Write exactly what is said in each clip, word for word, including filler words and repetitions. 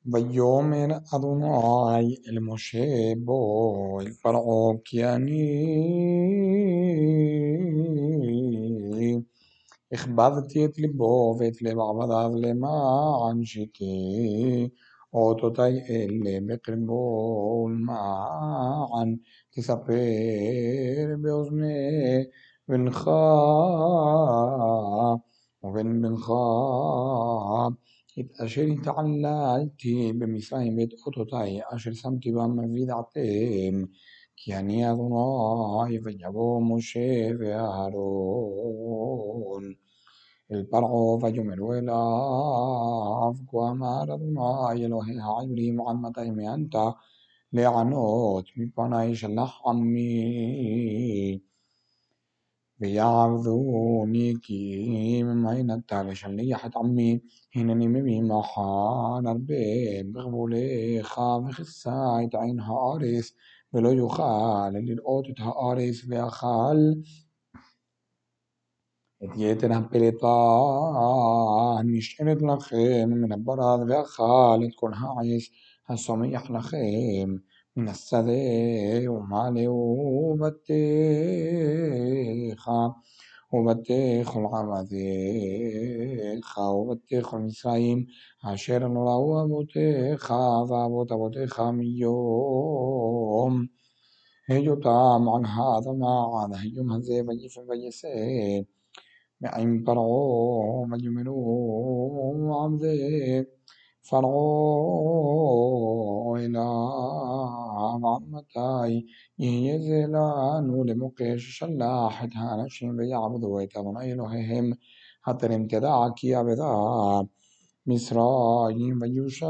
ויאמר אדוני אל משה בוא אל פרעה כי אני הכבדתי את ליבו ואת לב עבדיו למען שתי אותותי אלה בקרבו ולמען תספר באוזני בנך ובן בנך את אשר התעללתי במצרים ואת אותותי אשר שמתי בם וידעתם כי אני אדוני. ויבוא משה ואהרון אל פרעה ויאמרו אליו כה אמר אדוני אלוהי העברים עד מתי מאנת לענות מפני שלח עמי ויעבדוני כי ממאן אתה לשליח את עמי הנני מביא מחר הרבה בגבולך וכיסה את עין הארץ ולא יוכל לראות את הארץ ואכל את יתר הפלטה הנשארת לכם מן הברד ואכל את כל העץ השמח לכם מן השדה ומעלהו בתיך ובתי כל עבדיך ובתי כל מצרים אשר נוראו אבותיך ואבות אבותיך מיום היותם על האדמה עד היום הזה ויפן וייסד מעם פרעה ויאמרו עבדי פרעה אליו עד מתי יהיה זה לנו למוקש שלח את האנשים ויעבדו את אדוני אלוהיהם הטרם תדע כי עבדה מצרים ויושב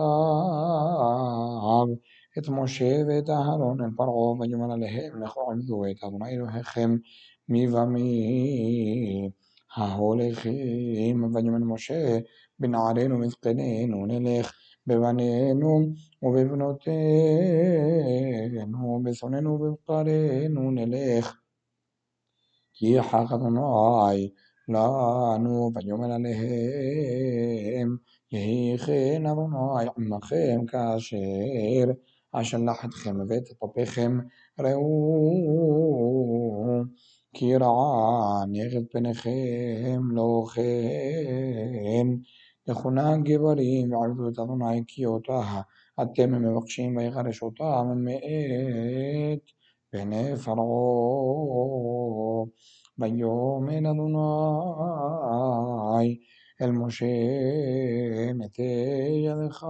את משה ואת אהרון אל פרעה ויאמר עליהם לכו עבדו את אדוני אלוהיכם מי ומי ההולכים. ויאמר משה בנערינו וזקנינו נלך בבנינו ובבנותינו בשוננו ובבקרינו נלך כי חק אדוני לנו. ויאמר עליהם יהי כן אדוני עמכם כאשר אשלח אתכם ואת טפכם ראו כי רעה נגד פניכם לא כן לכונה גברים ועבדו את אדוני כי אותה אתם מבקשים ויגרש אותם מאת פני פרעה. ויאמר אדוני אל משה נטה ידך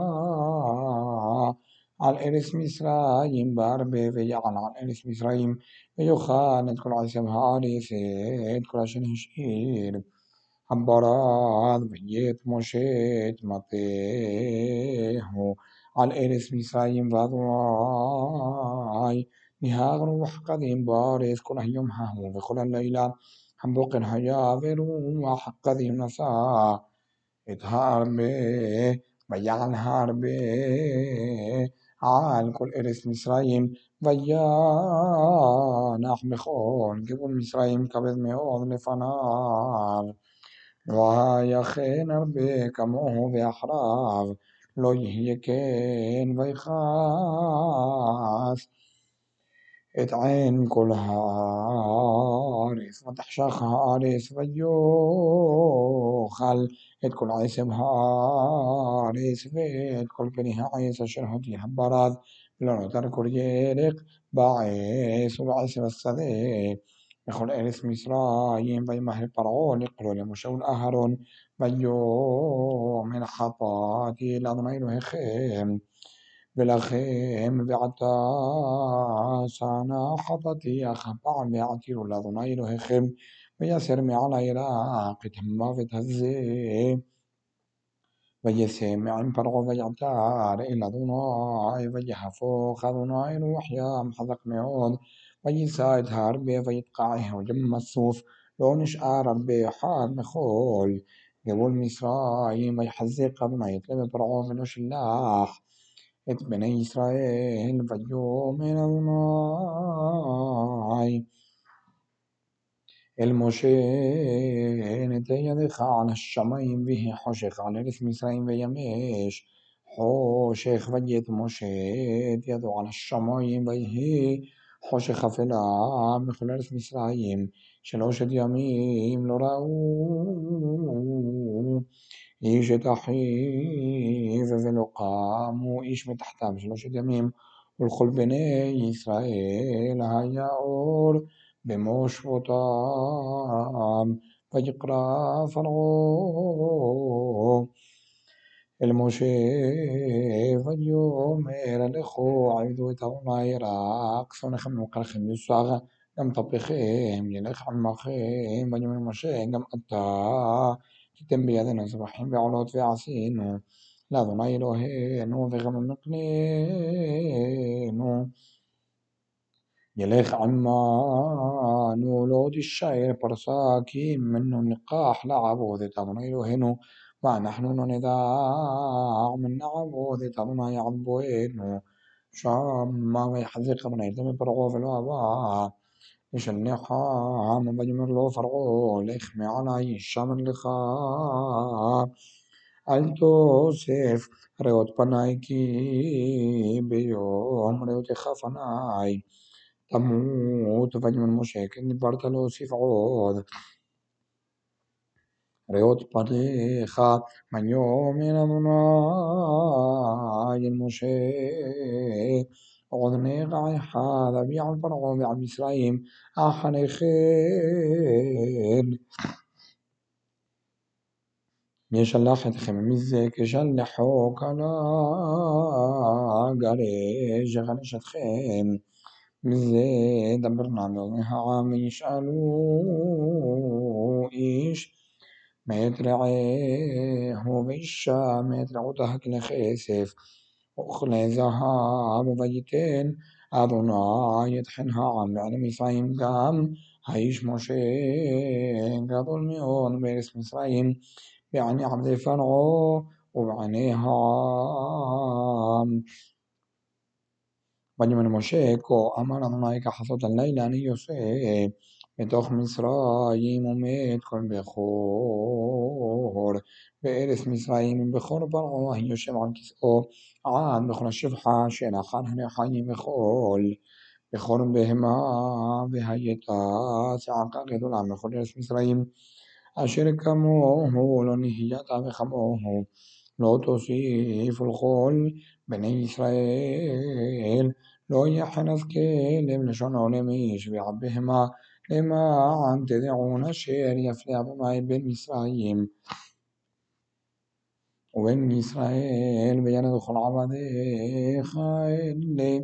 על ארץ מצרים בהרבה ויעל על ארץ מצרים ויאכל את כל עשב הארץ את כל אשר השאיר הברד ויית משה את מטהו על ארץ מצרים ואדוני נהגנו וחקדים בארץ כל היום ההוא וכל הלילה הבוקר היה ורוח חקדים נשא את הרבה ויעל הרבה על כל ארץ מצרים וינח בכל גבול מצרים כבד מאוד לפניו לא היה כן הרבה כמוהו ואחריו לא יהיה כן ויכעס את עין כל הארץ ותחשך הארץ ויאכל את כל עשב הארץ ואת כל פני העץ אשר הותיר הברד ולא נותר כל ירק בעץ ובעשב השדה בכל ארץ מצרים. וימהר פרעה לקרוא למשה ולאהרון ויאמר חטאתי לאדוני אלוהיכם ולכם ועתה שנא חטאתי אך הפעם והעתירו לאדוני אלוהיכם ויסר מעל העיראק את המוות הזה. וישם מעם פרעה ויעתר אל אדוני ויהפוך אדוני רוח ים חזק מאוד ויישא את הרבה ויתקעהו ים הסוף לא נשאר הרבה אחד מכל גבול מצרים. ויחזק אדוני את לב פרעה ולא שלח את בני ישראל. ויאמר אדוני אל משה נטה ידך על השמיים ויהי חושך על ארץ מצרים וימש חושך ויית משה את ידו על השמיים ויהי חושך אפלה בכל ארץ מצרים שלושת ימים לא ראו איש את אחיו ולא קמו איש מתחתיו שלושת ימים ולכל בני ישראל היה אור במושבותם ויקרא פרעה אל משה ויאמר לכו עבדו את אדוני רק שונאיכם ומקלכם יוסר גם טפכם ילך עמכם ויאמר משה גם אתה תיתן בידינו זבחים ועולות ועשינו לאדוני אלוהינו וגם מקננו ילך עמנו לא תישאר פרסה כי ממנו ניקח לעבוד את אדוני אלוהינו ואנחנו לא נדע מן נעבוד את אדוני עבדנו שמה ויחזק אדוני את פרעה ולא אבא ישלח העם ויאמר לו פרעה לך מעלי שמן לך אל תוסף ראות פניי כי ביום ראותך פניי תמות ויאמר משה כן דיברת להוסיף עוד ראות פניך ויאמר אדוני אל משה עוד נגע אחד אביא על פרעה ועל מצרים אחרי כן ישלח אתכם מזה כשלחו כלה גרש יגרש אתכם מזה דברנה באוזני העם וישאלו איש מאת רעהו ואישה מאת רעותה כלי כסף וכלי זהב וייתן אדוני יטחן העם בערי מצרים גם האיש משה גדול מאוד בארץ מצרים בעיני עבדי פרעה ובעיני העם ויאמר משה כה אמר אדוני כחצות הלילה אני יוצא מתוך מצרים ומת כל בכור בארץ מצרים בכור פרעה יושב על כסאו עד בכל השפחה של אחר החיים וכל בכור בהמה והייתה צעקה גדולה בכל ארץ מצרים אשר כמוהו לא נהיית וכמוהו לא תוסיף לכל בני ישראל לא יחנס כלב לשונו למי שביעת בהמה למען תדעון אשר יפלה אדוני בין מצרים ובין ישראל וירד כל עבדיך אלה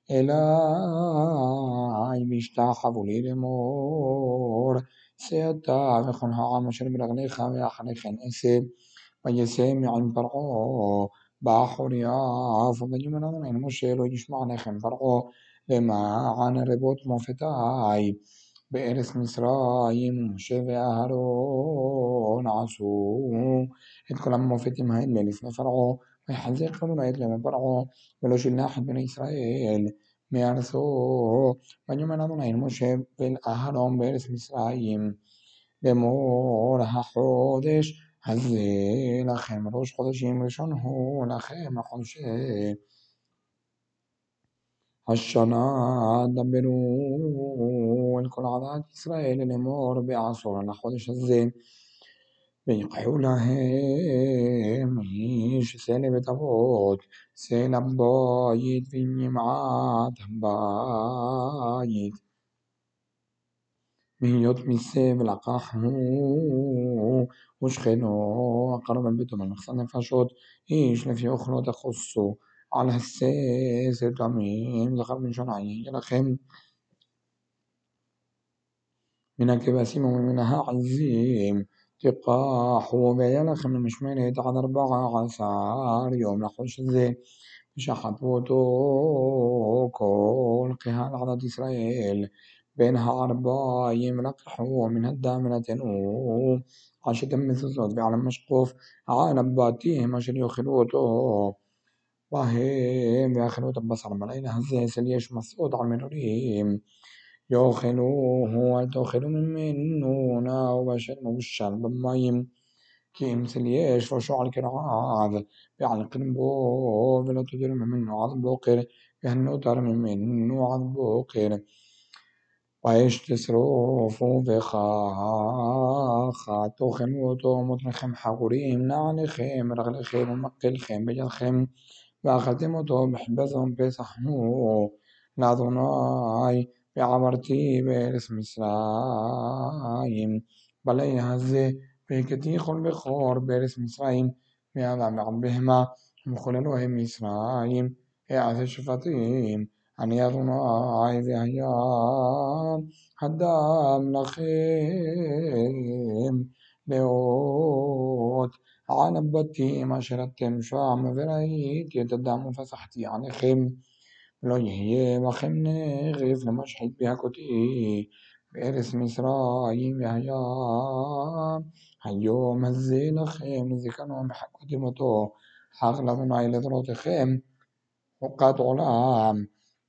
אלי וישתחוו לי לאמור שא אתה וכל העם אשר ברגליך ואחרי כן עשה ויצא מעם פרעה באחורייך ויאמר אדוני אל משה לא ישמע לכם פרעה למען רבות מופתי בארץ מצרים משה ואהרון עשו את כל המופתים האלה לפני פרעה ויחזק אדוני את לב פרעה ולא שילח את בני ישראל מארצו ויאמר אדוני אל משה ואל אהרון בארץ מצרים לאמור החודש הזה לכם ראש חודשים ראשון הוא לכם החודש השנה דברו אל כל עדת ישראל לאמור בעשור על החודש הזה ויקחו להם איש שא לבית אבות שא לבית ועם ימעת הבית מהיות מזה ולקחו ושכנו הקרוב על ביתו במכסת נפשות איש לפי אוכלו תחוסו על השא עשר תמים זכר בן שנה יהיה לכם מן הכבשים ומן העזים תיקחו והיה לכם למשמרת עד ארבעה עשר יום לחודש הזה ושחטו אותו כל קהל עדת ישראל בין הערביים לקחו מן הדם ונתנו על שתי מזוזות ועל המשקוף על הבתים אשר יאכלו אותו בהם ואכלו את הבשר בלילה הזה אצל יש מסעות על מרורים יאכלוהו אל תאכלו ממנו נאו ואשר מבושל במים כי אם יש ושועל כרעב ועל קרנבו ולא תדر ממנו עד בוקר והנותר ממנו עד בוקר ויש תשרופו וכך תאכלו אותו מותניכם חגורים נעליכם רגליכם ומקלכם בידכם ואכלתם אותו בחבזון פסח נו לאדוני ועברתי בארץ מצרים בלילה הזה והכיתי כל בכור בארץ מצרים ואדם בהמה וכל אלוהי מצרים אעשה שפטים אני אדוני והיה הדם לכם לאות על הבתים אשר אתם שם וראיתי את הדם ופסחתי עליכם לא יהיה בכם נגף למשחית בהכותי בארץ מצרים והיה היום הזה לכם לזיכרון וחגגתם אותו חג לאדוני לדורותיכם חוקת עולם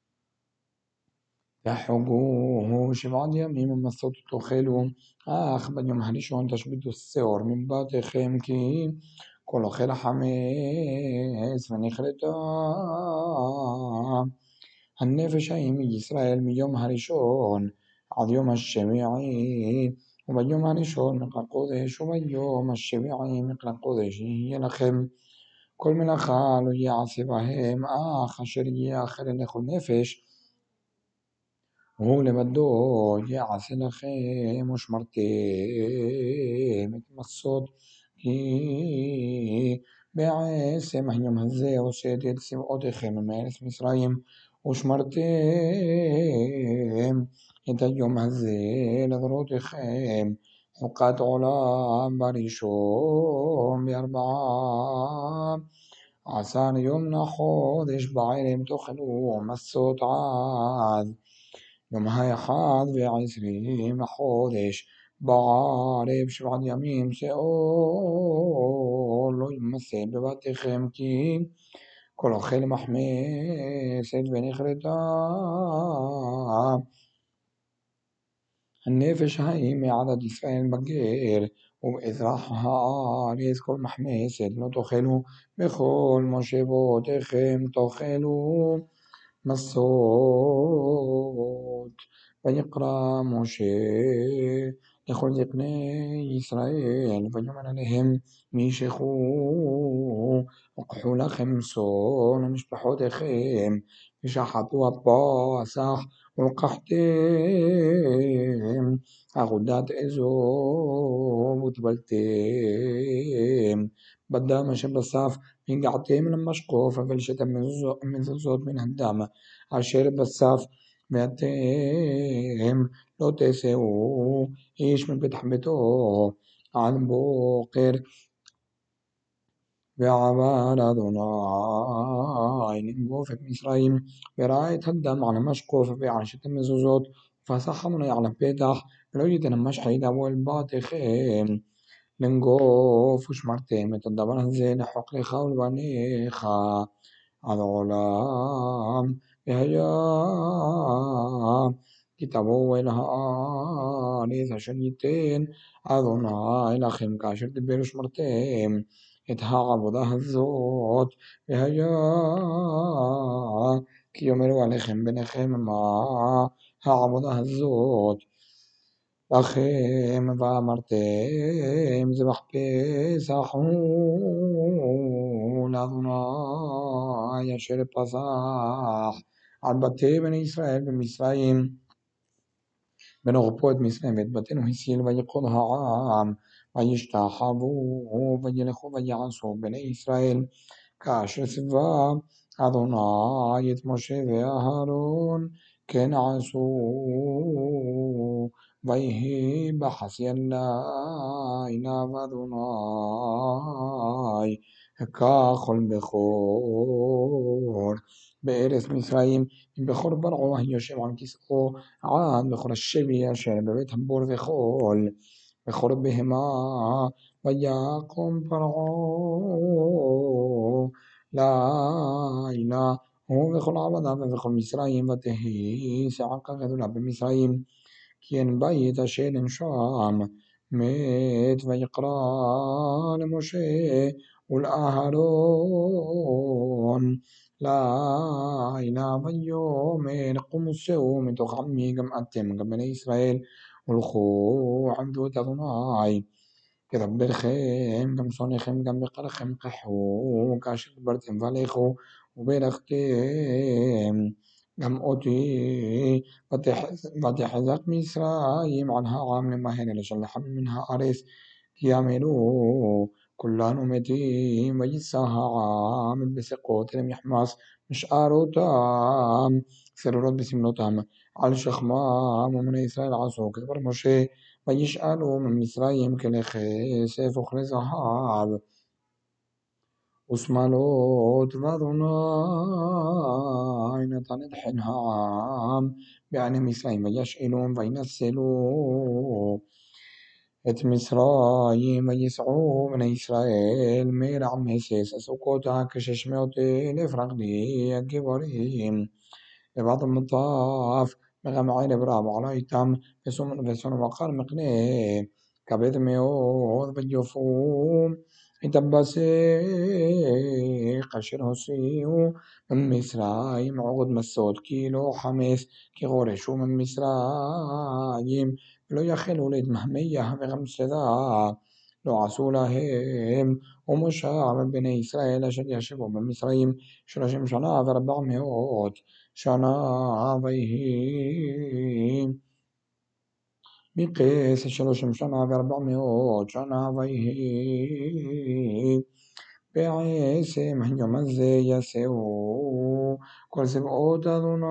תחוגוהו שבעת ימים ומסות תאכלו אך ביום הראשון תשביתו השעור מבתיכם כי כל אוכל חמץ ונכרתה הנפש ההיא מישראל מיום הראשון עד יום השביעי וביום הראשון מקרא קודש וביום השביעי מקרא קודש יהיה לכם כל מלאכה לא יעשה בהם אך אשר יהיה אחר לכל נפש הוא לבדו יעשה לכם ושמרתם את מסות כי בעצם היום הזה הוצאתי את צבאותיכם מארץ מצרים ושמרתם את היום הזה לדורותיכם חוקת עולם בראשון בארבעה עשר יום לחודש בערב תאכלו מסות עד יום האחד והעשרים לחודש בערב שבעת ימים שאור לא ימסה בבתיכם כי כל אוכל מחמצת ונכרתה הנפש ההיא מעדת ישראל בגר ובאזרח הארץ כל מחמצת לא תאכלו בכל מושבותיכם תאכלו מסות ויקרא משה לכל זקני ישראל ויאמר עליהם מישכו וקחו לכם צאן למשפחותיכם ושחטו הפסח ולקחתם אגודת אזוב וטבלתם בדם אשר בסף והגעתם למשקוף אבל שתם מזוזות מן הדם אשר בסף ואתם לא תסעו איש מפתח ביתו עד בוקר ועבר אדוני לנגוף את מצרים וראה את הדם על המשקוף ועל שתם מזוזות ופסח אדוני על הפתח ולא ייתן המשחית אבו אל בתיכם לנגוף ושמרתם את הדבר הזה לחוק לך ולבניך עד עולם והיה כי תבואו אל הארץ אשר ייתן אדוני לכם כאשר דיבר ושמרתם את העבודה הזאת והיה כי יאמרו עליכם ביניכם מה העבודה הזאת לכם ואמרתם זבח פסח הוא לאדוני אשר פסח על בתי בני ישראל במצרים ונגפו את מצרים ואת בתינו הציל ויפקוד העם וישתחוו וילכו ויעשו בני ישראל כאשר ציווה אדוני את משה ואהרון כן עשו ויהי בחצי הלילה ואדוני הכא כל בכור בארץ מצרים בכור פרעה היושב על כסאו עד בכור השבי אשר בבית הבור וכל בכור בהמה ויקום פרעה לילה הוא וכל עבדיו ובכל מצרים ותהי צעקה גדולה במצרים כי אין בית אשר אין שם מת ויקרא למשה ולאהרון לילה ויאמר קומו סעו מתוך עמי גם אתם גם בני ישראל הולכו עבדו את אדוני כדברכם גם שונאיכם גם בקרכם קחו כאשר דיברתם ולכו וברכתם גם אותי ותחזק מצרים על העם למהר לשלחם מן הארץ כי יאמרו כולנו מתים ויישא העם בשיחות לם יחמס משארותם סרורות בסמלותם על שכמם ובני ישראל עשו כדבר משה וישאלו ממצרים כלי כסף וכלי זהב ושמלות ואדוני נתן את חן העם בעיני מצרים וישאלום וינצלו את מצרים ויסעו בני ישראל מרעמסס הסוכותה כשש מאות אלף רגלי הגברים לבעض المطاف וגם ערב רב עלה איתם ושום וقال מקנה כבד מאוד ויופו את הבשק אשר הוציאו ממצרים עוד מסות כי לא חמס כי גורשו ממצרים ולא יכלו להתמהמיה וגם סדה לא עשו להם ומשה בני ישראל אשר ישבו במצרים שלושים שנה וארבע מאות שנה ויהי מקץ שלושים שנה וארבע מאות שנה ויהי בעצם היום הזה יסעו כל צבאות אדוני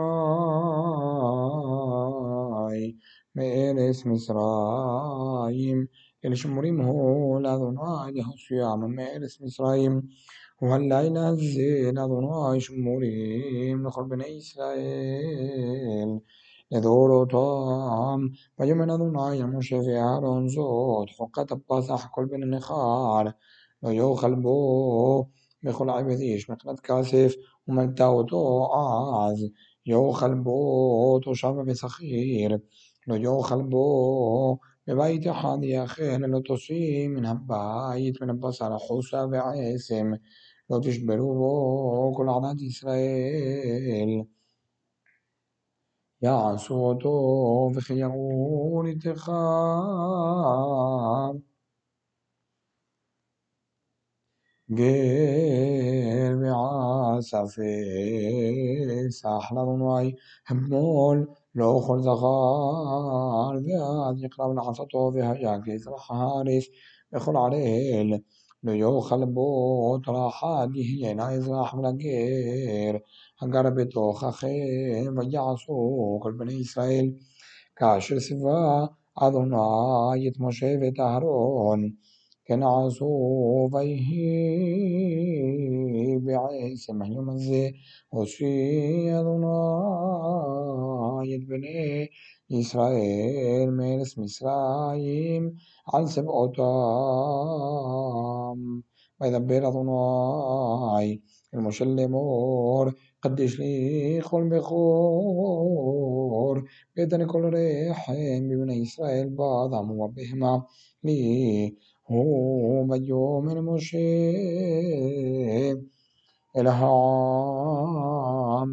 מארץ מצרים אלה שמורים הוא לאדוני להושיעם מארץ מצרים והלילה הזה לאדוני שמורים לכל בני ישראל לדורותם ויאמר אדוני אל משה ואהרון זאת חוקת הפסח כל בן נכר לא יאכל בו בכל עבד איש מקנת כסף ומלטה אותו אז יאכל בו תושב ושכיר לא יאכל בו בבית אחד יאכל לא תוציא מן הבית מן הבשר חוסה ועשם לא תשברו בו כל עדת ישראל יעשו אותו וכי יראו נתך גר ועשה פסח לאדוני המול לא כל זכר ועד יקרב לעשותו והיה כאזרח הארץ בכל ערל לא יאכל בו תרחת יהיה לאזרח ולגר הגר בתוככם ויעשו כל בני ישראל כאשר ציווה אדוני את משה ואת אהרון כן עשו ויהי בעצם היום הזה הושיע אדוני את בני ישראל מארץ מצרים על צבאותם וידבר אדוני אל משה לאמור קדש לי כל בכור ויתן כל רחם בבני ישראל באדם ובבהמה לי הוא ויאמר משה אל העם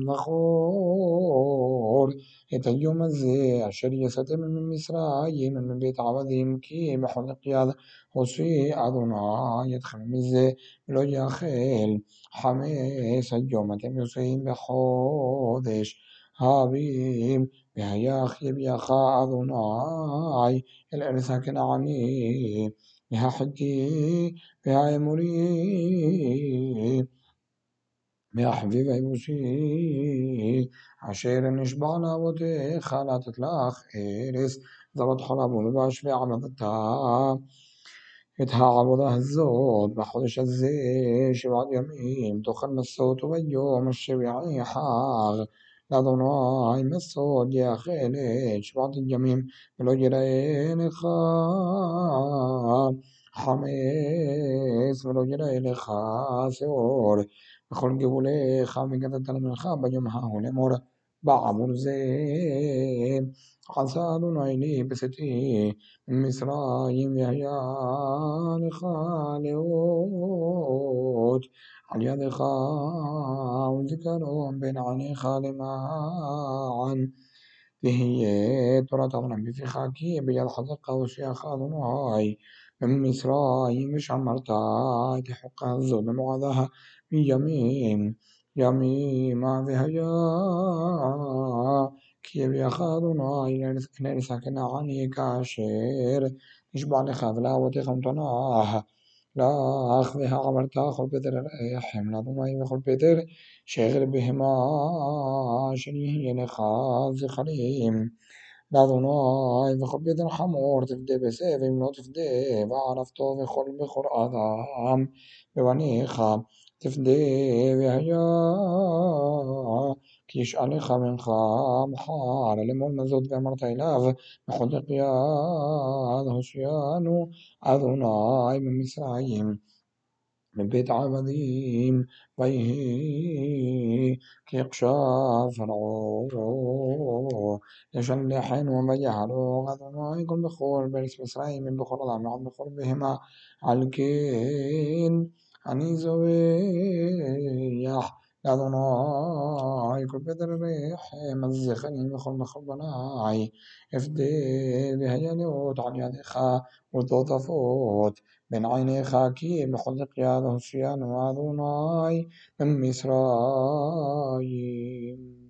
זכור את היום הזה אשר יצאתם ממצרים מבית עבדים כי בחוזק יד הוציא אדוני אתכם מזה ולא יאכל חמש היום אתם יוצאים בחודש האביב והיה יביאך אדוני אל ארץ הכנעני והחיתי והאמורי מהחביב היבוסי אשר נשבע לאבותיך לתת לך ארץ זבת חלב ודבש ועבדת את העבודה הזאת בחודש הזה שבעת ימים תאכל מסות וביום השביעי חג לאדוני מסות יאכל את שבעת ימים ולא יראה לך חמץ ולא יראה לך שאור וכל גבוליך וגדת למלך ביום ההוא לאמור بعبر زين عسى أدوناي لي بستي من مصرايم يهيا لخالوت على يدك وذكرهم بين عينيك معا تهي ترى تظلم بفخاكي بيد حدقة وشيخ أدوناي من مصرايم مش عمرتا تحق الظلم وعدها من يمين يمين ما بهيا كيف يخاضنا إلى ساكن عني كاشير يشبع لخاذ وتخمتناه لا أخذها عمرتا خل بدر حمل ضمي خل بدر شغل بهما شنيه لخاذ خليم لأدوناي بخل بدر حمور تفدي بسيف من تفدي بعرفته بخل بخل آدم بونيخا تفدي وهيا كيش عليخا من خام حار لمول مزود بأمرت إلاف بخلق يا هشيانو أدوناي من مصرايم من بيت عبديم ويه كيقشاف فرعو يشلحن ومجهلو أدوناي كل بخور برس مصرايم من بخور الله عم بخور بهما عالكين أني زويح أدوناي كل بدر ريح مزخني بخور بخور بناي افدي بهيانوت عن يدخا وتوتفوت من عينيך כי בחוזק יד הושיענו אדוני ממצרים